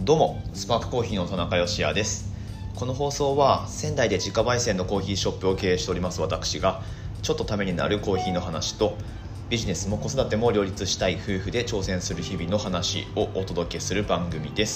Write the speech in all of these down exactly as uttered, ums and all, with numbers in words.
どうも、スパークコーヒーの田中芳也です。この放送は仙台で自家焙煎のコーヒーショップを経営しております私が、ちょっとためになるコーヒーの話とビジネスも子育ても両立したい夫婦で挑戦する日々の話をお届けする番組です。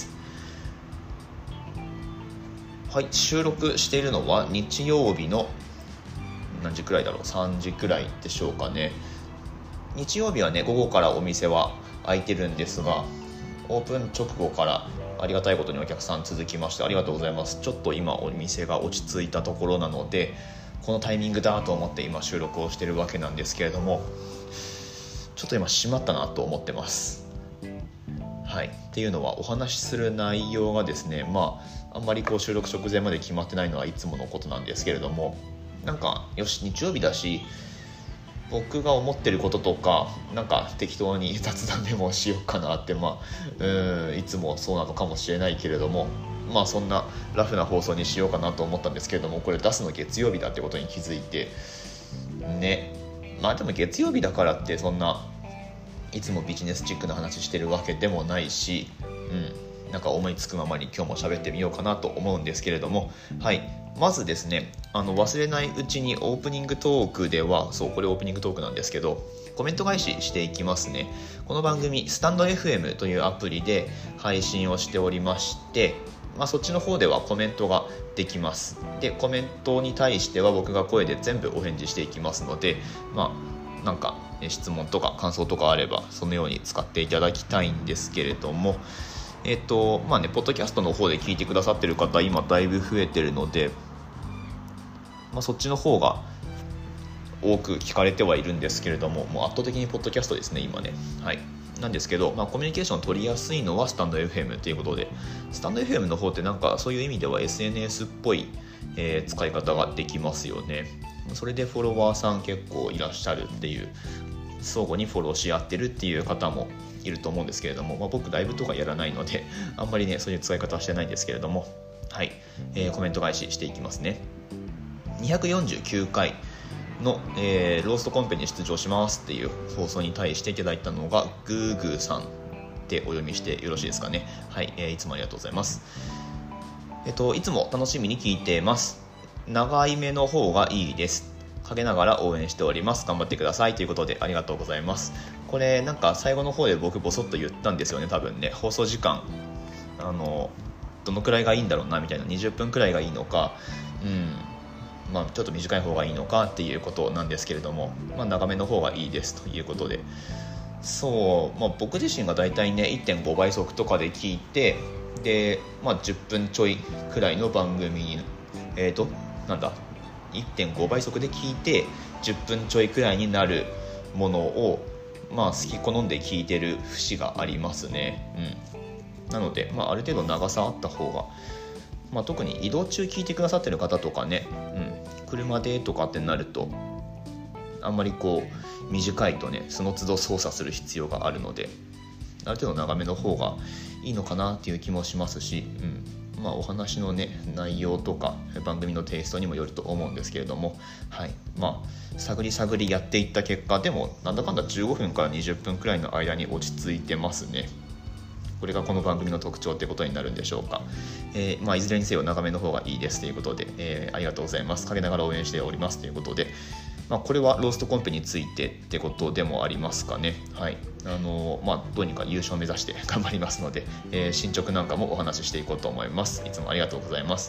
はい、収録しているのは日曜日の何時くらいだろう、さんじくらいでしょうかね。日曜日はね、午後からお店は開いてるんですが、オープン直後からありがたいことにお客さん続きましてありがとうございます。ちょっと今お店が落ち着いたところなので、このタイミングだと思って今収録をしているわけなんですけれども、ちょっと今閉まったなと思ってます。はい、っていうのはお話しする内容がですね、まああんまりこう収録直前まで決まってないのはいつものことなんですけれども、なんかよし日曜日だし、僕が思ってることとかなんか適当に雑談でもしようかなって、まあうーんいつもそうなのかもしれないけれども、まあそんなラフな放送にしようかなと思ったんですけれども、これ出すの月曜日だってことに気づいてね。まあでも月曜日だからってそんないつもビジネスチックな話してるわけでもないし、うんなんか思いつくままに今日も喋ってみようかなと思うんですけれども、はい、まずですね、あの忘れないうちにオープニングトークでは、そうこれオープニングトークなんですけど、コメント返ししていきますね。この番組スタンド エフエム というアプリで配信をしておりまして、まあ、そっちの方ではコメントができます。でコメントに対しては僕が声で全部お返事していきますので、まあなんか質問とか感想とかあればそのように使っていただきたいんですけれども、えっとまあね、ポッドキャストの方で聞いてくださってる方今だいぶ増えてるので、まあ、そっちの方が多く聞かれてはいるんですけれども、もう圧倒的にポッドキャストですね今ね。はいなんですけど、まあ、コミュニケーション取りやすいのはスタンド エフエム ということで、スタンド エフエム の方ってなんかそういう意味では エスエヌエス っぽい、えー、使い方ができますよね。それでフォロワーさん結構いらっしゃるっていう、相互にフォローし合ってるっていう方もいると思うんですけれども、まあ、僕ライブとかやらないのであんまりねそういう使い方はしてないんですけれども、はい、えー、コメント返ししていきますね。にひゃくよんじゅうきゅうかいの、えー、ローストコンペに出場しますっていう放送に対していただいたのがグーグーさんってお読みしてよろしいですかね。はい、えー、いつもありがとうございます。えっといつも楽しみに聞いてます。長い目の方がいいです。陰ながら応援しております。頑張ってくださいということでありがとうございます。これなんか最後の方で僕ボソッと言ったんですよね。多分ね放送時間あのどのくらいがいいんだろうなみたいな、にじゅっぷんくらいがいいのか、うんまあちょっと短い方がいいのかっていうことなんですけれども、まあ長めの方がいいですということで、そう、まあ、僕自身がだいたいね いってんご 倍速とかで聞いて、で、まあ、じゅっぷんちょいくらいの番組にえっとなんだいってんご 倍速で聞いてじゅっぷんちょいくらいになるものを、まあ、好き好んで聞いてる節がありますね。うん、なので、まあ、ある程度長さあった方が、まあ、特に移動中聞いてくださってる方とかね、うん、車でとかってなるとあんまりこう短いとねその都度操作する必要があるので、ある程度長めの方がいいのかなっていう気もしますし、うんまあ、お話のね内容とか番組のテイストにもよると思うんですけれども、はいまあ、探り探りやっていった結果、でもなんだかんだじゅうごふんからにじゅっぷんくらいの間に落ち着いてますね。これがこの番組の特徴ってことになるんでしょうか。えーまあ、いずれにせよ長めの方がいいですということで、えー、ありがとうございます。陰ながら応援しておりますということで、まあ、これはローストコンペについてってことでもありますかね。はいあのーまあ、どうにか優勝目指して頑張りますので、えー、進捗なんかもお話ししていこうと思います。いつもありがとうございます。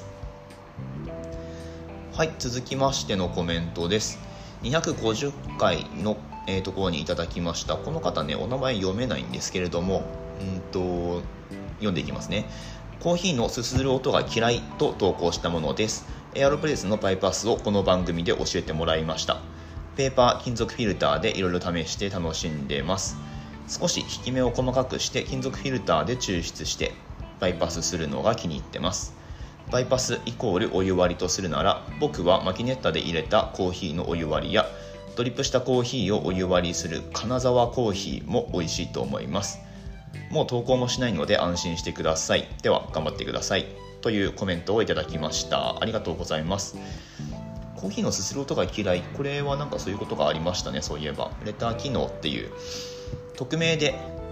はい、続きましてのコメントです。にひゃくごじゅっかいの、えー、ところにいただきました。この方ねお名前読めないんですけれども、うんと読んでいきますね。コーヒーのすする音が嫌いと投稿したものです。エアロプレスのバイパスをこの番組で教えてもらいました。ペーパー金属フィルターでいろいろ試して楽しんでます。少し引き目を細かくして金属フィルターで抽出してバイパスするのが気に入ってます。バイパスイコールお湯割りとするなら、僕はマキネッタで入れたコーヒーのお湯割りやドリップしたコーヒーをお湯割りする金沢コーヒーも美味しいと思います。もう投稿もしないので安心してください。では頑張ってくださいというコメントをいただきました。ありがとうございます。コーヒーのすする音が嫌い、これはなんかそういうことがありましたね。そういえばレター機能っていう匿名で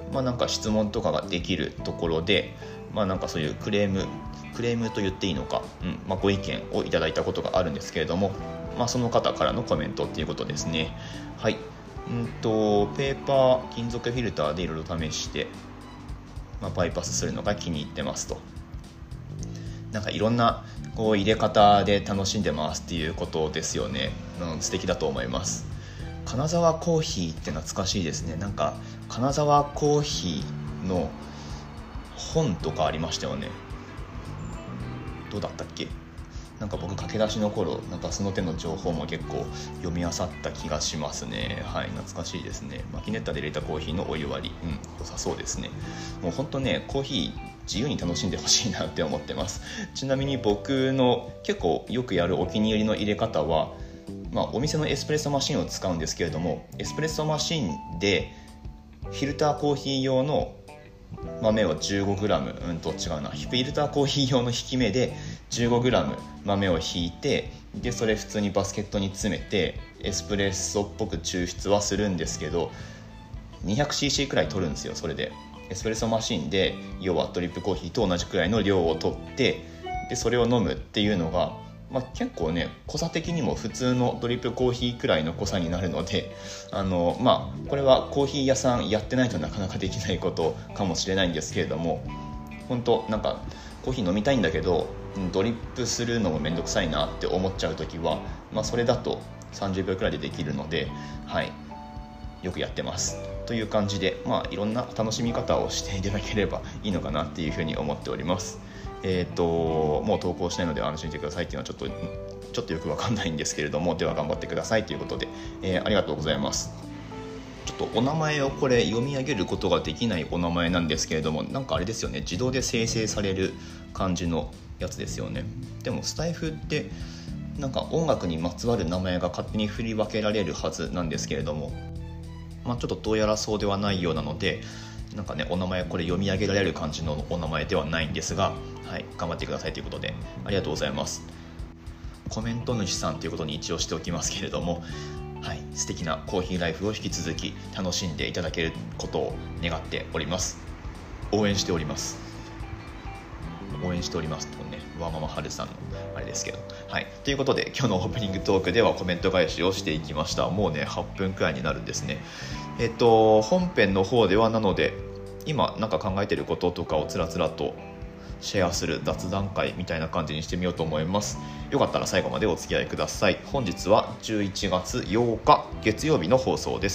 まあ、なんか質問とかができるところで、まあ、なんかそういうクレームクレームと言っていいのか、うんまあ、ご意見をいただいたことがあるんですけれども、まあ、その方からのコメントっていうことですね。はい、うんとペーパー金属フィルターでいろいろ試して、まあ、バイパスするのが気に入ってますと。なんかいろんなこう入れ方で楽しんでますっていうことですよね。うん、素敵だと思います。金沢コーヒーって懐かしいですね。なんか金沢コーヒーの本とかありましたよね。どうだったっけ。なんか僕駆け出しの頃、なんかその手の情報も結構読み漁った気がしますね。はい、懐かしいですね。マキネッタで入れたコーヒーのお湯割り、うん、良さそうですね。もう本当ね、コーヒー自由に楽しんでほしいなって思ってます。ちなみに僕の結構よくやるお気に入りの入れ方は、まあ、お店のエスプレッソマシンを使うんですけれども、エスプレッソマシンでフィルターコーヒー用の豆を じゅうごグラム、うんと違うな、フィルターコーヒー用の引き目で じゅうごグラム 豆を引いて、でそれ普通にバスケットに詰めてエスプレッソっぽく抽出はするんですけど、 にひゃくシーシー くらい取るんですよ。それでエスプレッソマシンで要はドリップコーヒーと同じくらいの量を取って、でそれを飲むっていうのが、まあ、結構ね濃さ的にも普通のドリップコーヒーくらいの濃さになるので、あのまあこれはコーヒー屋さんやってないとなかなかできないことかもしれないんですけれども、本当なんかコーヒー飲みたいんだけどドリップするのもめんどくさいなって思っちゃうときは、まあ、それだとさんじゅうびょうくらいでできるので、はい、よくやってますという感じで、まあ、いろんな楽しみ方をしていただければいいのかなっていうふうに思っております。えー、ともう投稿しないので安心してくださいっていうのはちょっとちょっとよくわかんないんですけれども、では頑張ってくださいということで、えー、ありがとうございます。ちょっとお名前をこれ読み上げることができないお名前なんですけれども、なんかあれですよね、自動で生成される感じのやつですよね。でもスタイフってなんか音楽にまつわる名前が勝手に振り分けられるはずなんですけれども、まあ、ちょっとどうやらそうではないようなので、なんかねお名前これ読み上げられる感じのお名前ではないんですが、はい、頑張ってくださいということでありがとうございます。コメント主さんということに一応しておきますけれども、はい、素敵なコーヒーライフを引き続き楽しんでいただけることを願っております。応援しております応援しておりますとね、わままはるさんのあれですけど、はい、ということで今日のオープニングトークではコメント返しをしていきました。もうねはっぷんくらいになるんですね。えっと本編の方ではなので今なんか考えていることとかをつらつらとシェアする雑談会みたいな感じにしてみようと思います。よかったら最後までお付き合いください。本日はじゅういちがつようか月曜日の放送です。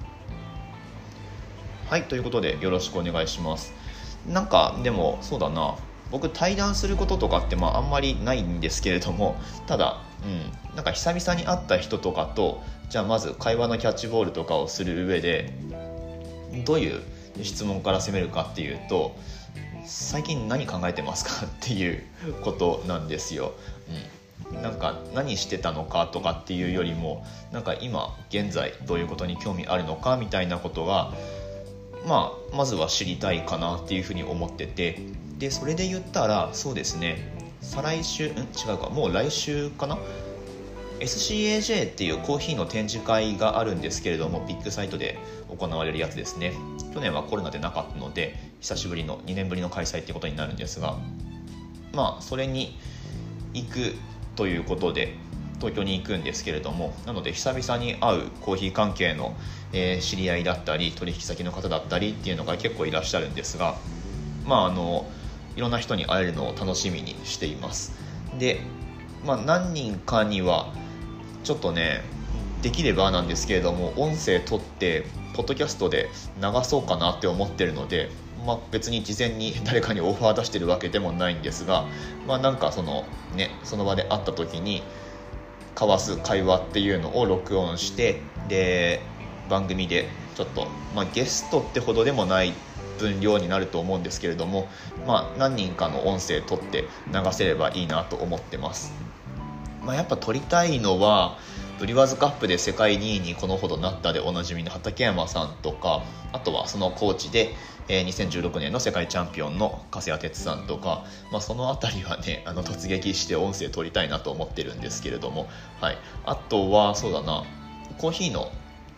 はい、ということでよろしくお願いします。なんかでもそうだな、僕対談することとかってまああんまりないんですけれども、ただ、うん、なんか久々に会った人とかとじゃあまず会話のキャッチボールとかをする上でどういう質問から攻めるかっていうと、最近何考えてますかっていうことなんですよ。うん、なんか何してたのかとかっていうよりも、なんか今現在どういうことに興味あるのかみたいなことが、まあ、まずは知りたいかなっていうふうに思ってて、でそれで言ったらそうですね、再来週ん違うかもう来週かな、 エスシーエージェー っていうコーヒーの展示会があるんですけれども、ビッグサイトで行われるやつですね。去年はコロナでなかったので久しぶりのにねんぶりの開催ってことになるんですが、まあそれに行くということで東京に行くんですけれども、なので久々に会うコーヒー関係の、えー、知り合いだったり取引先の方だったりっていうのが結構いらっしゃるんですが、まああのいろんな人に会えるのを楽しみにしています。で、まあ、何人かにはちょっとねできればなんですけれども音声取ってポッドキャストで流そうかなって思ってるので、まあ、別に事前に誰かにオファー出してるわけでもないんですが、まあ、なんかそのねその場で会った時に交わす会話っていうのを録音して、で番組でちょっと、まあ、ゲストってほどでもない分量になると思うんですけれども、まあ、何人かの音声取って流せればいいなと思ってます。まあ、やっぱ撮りたいのはブリュワーズカップで世界にいにこのほどなったでおなじみの畠山さんとか、あとはそのコーチでにせんじゅうろくねんの世界チャンピオンの加瀬谷哲さんとか、まあ、そのあたりはねあの突撃して音声撮りたいなと思ってるんですけれども、はい、あとはそうだな、コーヒーの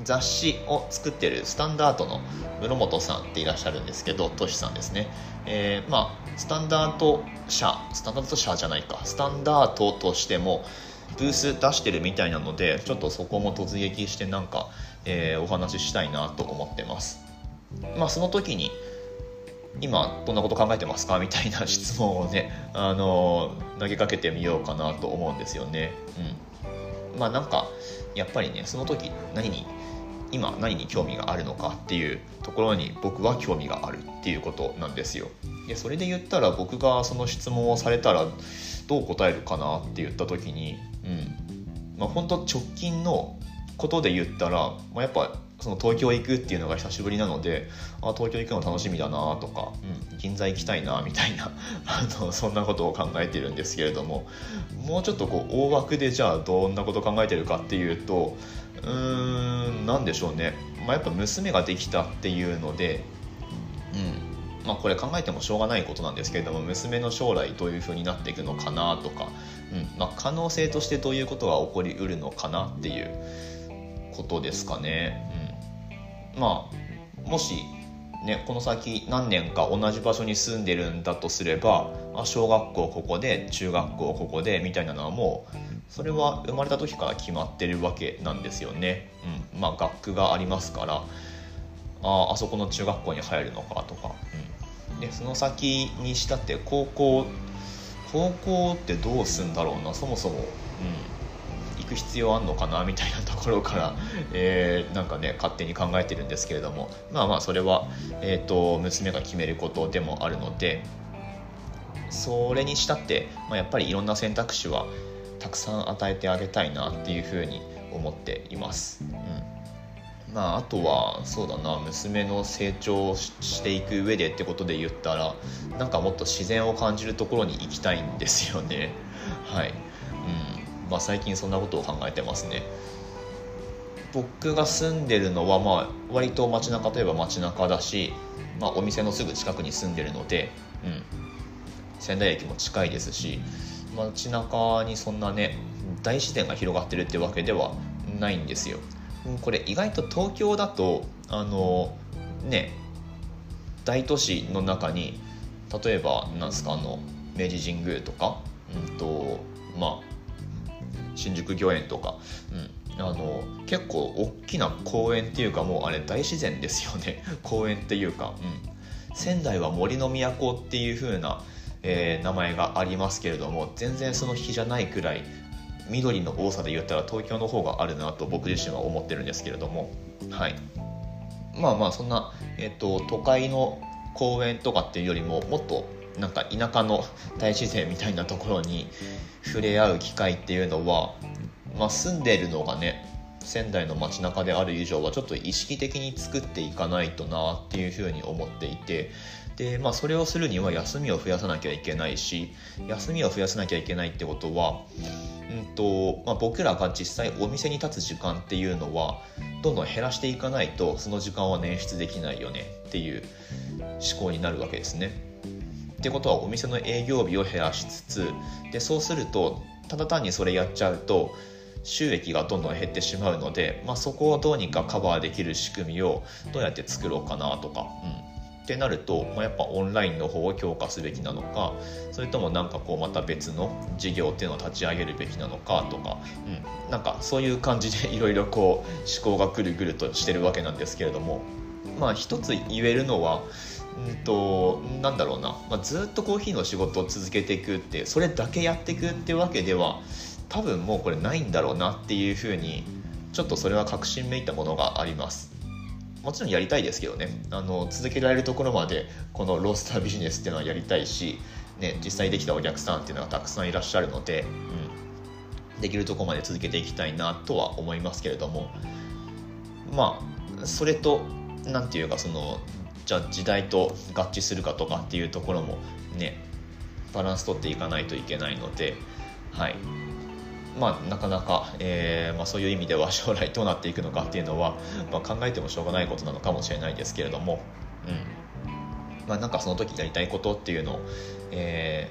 雑誌を作ってるスタンダードの室本さんっていらっしゃるんですけど、トシさんですね、えー、まあスタンダード社スタンダード社じゃないかスタンダードとしてもブース出してるみたいなので、ちょっとそこも突撃してなんか、えー、お話ししたいなと思ってます。まあその時に今どんなこと考えてますかみたいな質問をね、あのー、投げかけてみようかなと思うんですよね。うん、まあなんかやっぱりね、その時何に今何に興味があるのかっていうところに僕は興味があるっていうことなんですよ。でそれで言ったら、僕がその質問をされたらどう答えるかなって言った時に、うんまあ、本当直近のことで言ったら、まあ、やっぱその東京行くっていうのが久しぶりなので、あ東京行くの楽しみだなとか、うん、銀座行きたいなみたいなあのそんなことを考えてるんですけれども、もうちょっとこう大枠でじゃあどんなことを考えてるかっていうと、うーんなんでしょうね、まあ、やっぱ娘ができたっていうので、うんまあ、これ考えてもしょうがないことなんですけれども、娘の将来どういう風になっていくのかなとか、うんまあ、可能性としてどういうことが起こりうるのかなっていうことですかね。うん、まあもしね、この先何年か同じ場所に住んでるんだとすれば、あ小学校ここで中学校ここでみたいなのはもうそれは生まれた時から決まってるわけなんですよね。うんまあ、学区がありますから、ああそこの中学校に入るのかとか、うん、でその先にしたって高校高校ってどうすんだろうな、そもそも、うん、行く必要あんのかなみたいなところから、えー、なんかね勝手に考えてるんですけれども、まあまあそれは、えーと、娘が決めることでもあるので、それにしたって、まあ、やっぱりいろんな選択肢はたくさん与えてあげたいなっていうふうに思っています。うんまあ、あとはそうだな、娘の成長していく上でってことで言ったら、なんかもっと自然を感じるところに行きたいんですよね。はい、うんまあ、最近そんなことを考えてますね。僕が住んでるのは、まあ、割と街中といえば街中だし、まあ、お店のすぐ近くに住んでるので、うん、仙台駅も近いですし、街中にそんなね大自然が広がってるってわけではないんですよ。これ意外と東京だとあのね大都市の中に例えばなんですかあの明治神宮とか、うんとまあ、新宿御苑とか、うん、あの結構大きな公園っていうか、もうあれ大自然ですよね公園っていうか、うん、仙台は森の都っていう風な、えー、名前がありますけれども、全然その比じゃないくらい緑の多さで言ったら東京の方があるなと僕自身は思ってるんですけれども、はい、まあまあそんな、えーと、都会の公園とかっていうよりももっとなんか田舎の大自然みたいなところに触れ合う機会っていうのは、まあ、住んでいるのがね仙台の街中である以上はちょっと意識的に作っていかないとなっていうふうに思っていて、で、まあ、それをするには休みを増やさなきゃいけないし、休みを増やさなきゃいけないってことは、うんとまあ、僕らが実際お店に立つ時間っていうのはどんどん減らしていかないとその時間は捻出できないよねっていう思考になるわけですね。ってことはお店の営業日を減らしつつで、そうするとただ単にそれやっちゃうと収益がどんどん減ってしまうので、まあ、そこをどうにかカバーできる仕組みをどうやって作ろうかなとか、うん、ってなると、まあ、やっぱオンラインの方を強化すべきなのか、それともなんかこうまた別の事業っていうのを立ち上げるべきなのかとか、うん、なんかそういう感じでいろいろこう思考がぐるぐるとしてるわけなんですけれども、まあ一つ言えるのはうんとなんだろうな、まあ、ずっとコーヒーの仕事を続けていくってそれだけやっていくってわけでは多分もうこれないんだろうなっていうふうにちょっとそれは確信めいたものがあります。もちろんやりたいですけどね、あの続けられるところまでこのロースタービジネスっていうのはやりたいし、ね、実際できたお客さんっていうのがたくさんいらっしゃるので、うん、できるところまで続けていきたいなとは思いますけれども、まあそれとなんていうかそのじゃあ時代と合致するかとかっていうところもねバランス取っていかないといけないので、はいまあなかなか、えーまあ、そういう意味では将来どうなっていくのかっていうのは、まあ、考えてもしょうがないことなのかもしれないですけれども、うんまあ、なんかその時やりたいことっていうのを、え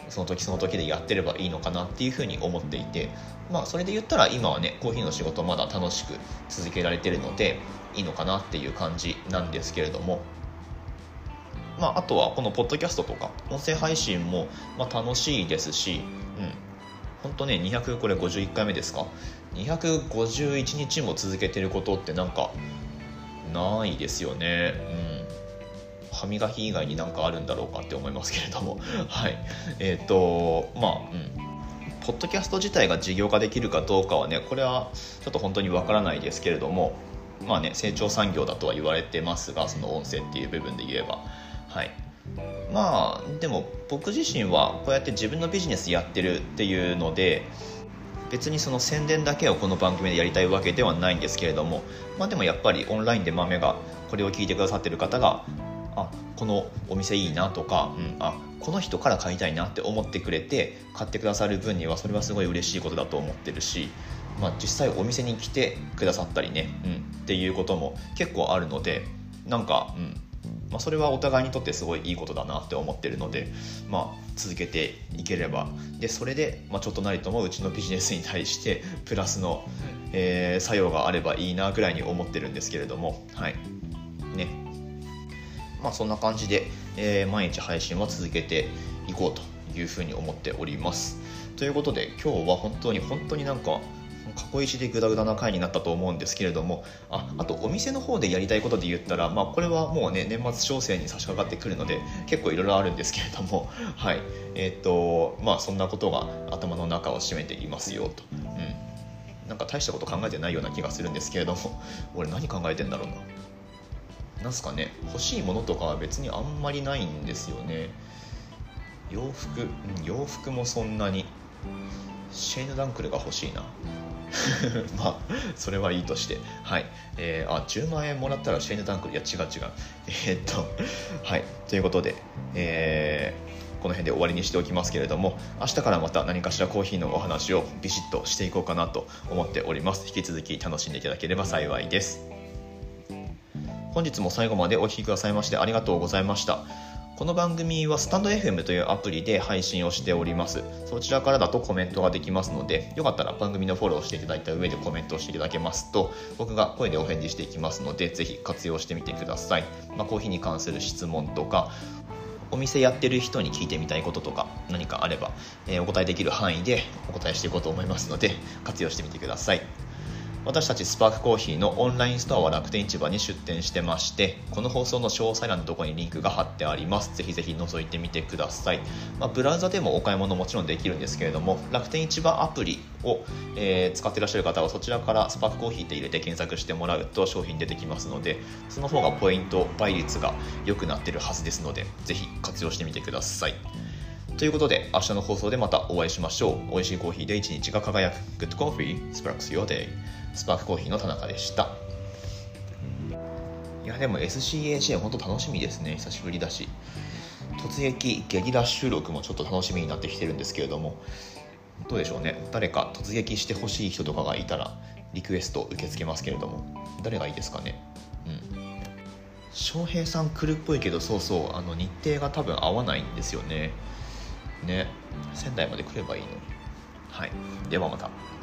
その時その時でやってればいいのかなっていうふうに思っていて、まあそれで言ったら今はねコーヒーの仕事まだ楽しく続けられてるのでいいのかなっていう感じなんですけれども、まああとはこのポッドキャストとか音声配信もまあ楽しいですし、うん本当ねにひゃくこれごじゅういっかいめですか、にひゃくごじゅういちにちも続けてることってなんかないですよね。うん歯磨き以外になんかあるんだろうかって思いますけれどもはいえっ、ー、とまあうんポッドキャスト自体が事業化できるかどうかはねこれはちょっと本当にわからないですけれども、まあね成長産業だとは言われてますが、その音声っていう部分で言えばはいまあでも僕自身はこうやって自分のビジネスやってるっていうので別にその宣伝だけをこの番組でやりたいわけではないんですけれども、まあでもやっぱりオンラインで豆がこれを聞いてくださってる方があこのお店いいなとか、うん、あこの人から買いたいなって思ってくれて買ってくださる分にはそれはすごい嬉しいことだと思ってるし、まあ、実際お店に来てくださったりね、うん、っていうことも結構あるのでなんか、うんまあ、それはお互いにとってすごいいいことだなって思ってるので、まあ、続けていければでそれで、まあ、ちょっとなりともうちのビジネスに対してプラスの、えー、作用があればいいなぐらいに思ってるんですけれどもはいねまあそんな感じで、えー、毎日配信は続けていこうというふうに思っております。ということで今日は本当に本当になんか過去一でグダグダな回になったと思うんですけれども、ああとお店の方でやりたいことで言ったら、まあ、これはもうね年末商戦に差し掛かってくるので結構いろいろあるんですけれどもはいえー、っとまあそんなことが頭の中を占めていますよと、うん、なんか大したこと考えてないような気がするんですけれども俺何考えてんだろうななんすかね欲しいものとかは別にあんまりないんですよね。洋服、うん、洋服もそんなにシェイヌダンクルが欲しいなまあそれはいいとしてはい、えー、あじゅうまんえんもらったらシェイヌダンクルいや違う違うえー、っとはいということで、えー、この辺で終わりにしておきますけれども明日からまた何かしらコーヒーのお話をビシッとしていこうかなと思っております。引き続き楽しんでいただければ幸いです。本日も最後までお聞きくださいましてありがとうございました。この番組はスタンド エフエム というアプリで配信をしております。そちらからだとコメントができますので、よかったら番組のフォローしていただいた上でコメントをしていただけますと、僕が声でお返事していきますので、ぜひ活用してみてください。まあ、コーヒーに関する質問とか、お店やってる人に聞いてみたいこととか何かあれば、えー、お答えできる範囲でお答えしていこうと思いますので、活用してみてください。私たちスパークコーヒーのオンラインストアは楽天市場に出店してまして、この放送の詳細欄のところにリンクが貼ってあります。ぜひぜひ覗いてみてください。まあ、ブラウザでもお買い物もちろんできるんですけれども、楽天市場アプリを、えー、使っていらっしゃる方はそちらからスパークコーヒーって入れて検索してもらうと商品出てきますので、その方がポイント倍率が良くなっているはずですので、ぜひ活用してみてください。ということで明日の放送でまたお会いしましょう。美味しいコーヒーで一日が輝く Good Coffee Sparks Your Day。スパークコーヒーの田中でした。いやでも エスシーエージェー 本当楽しみですね。久しぶりだし突撃ゲリラ収録もちょっと楽しみになってきてるんですけれども、どうでしょうね。誰か突撃してほしい人とかがいたらリクエスト受け付けますけれども、誰がいいですかね。うん翔平さん来るっぽいけど、そうそうあの日程が多分合わないんですよね。ね仙台まで来ればいいのに。はいではまた。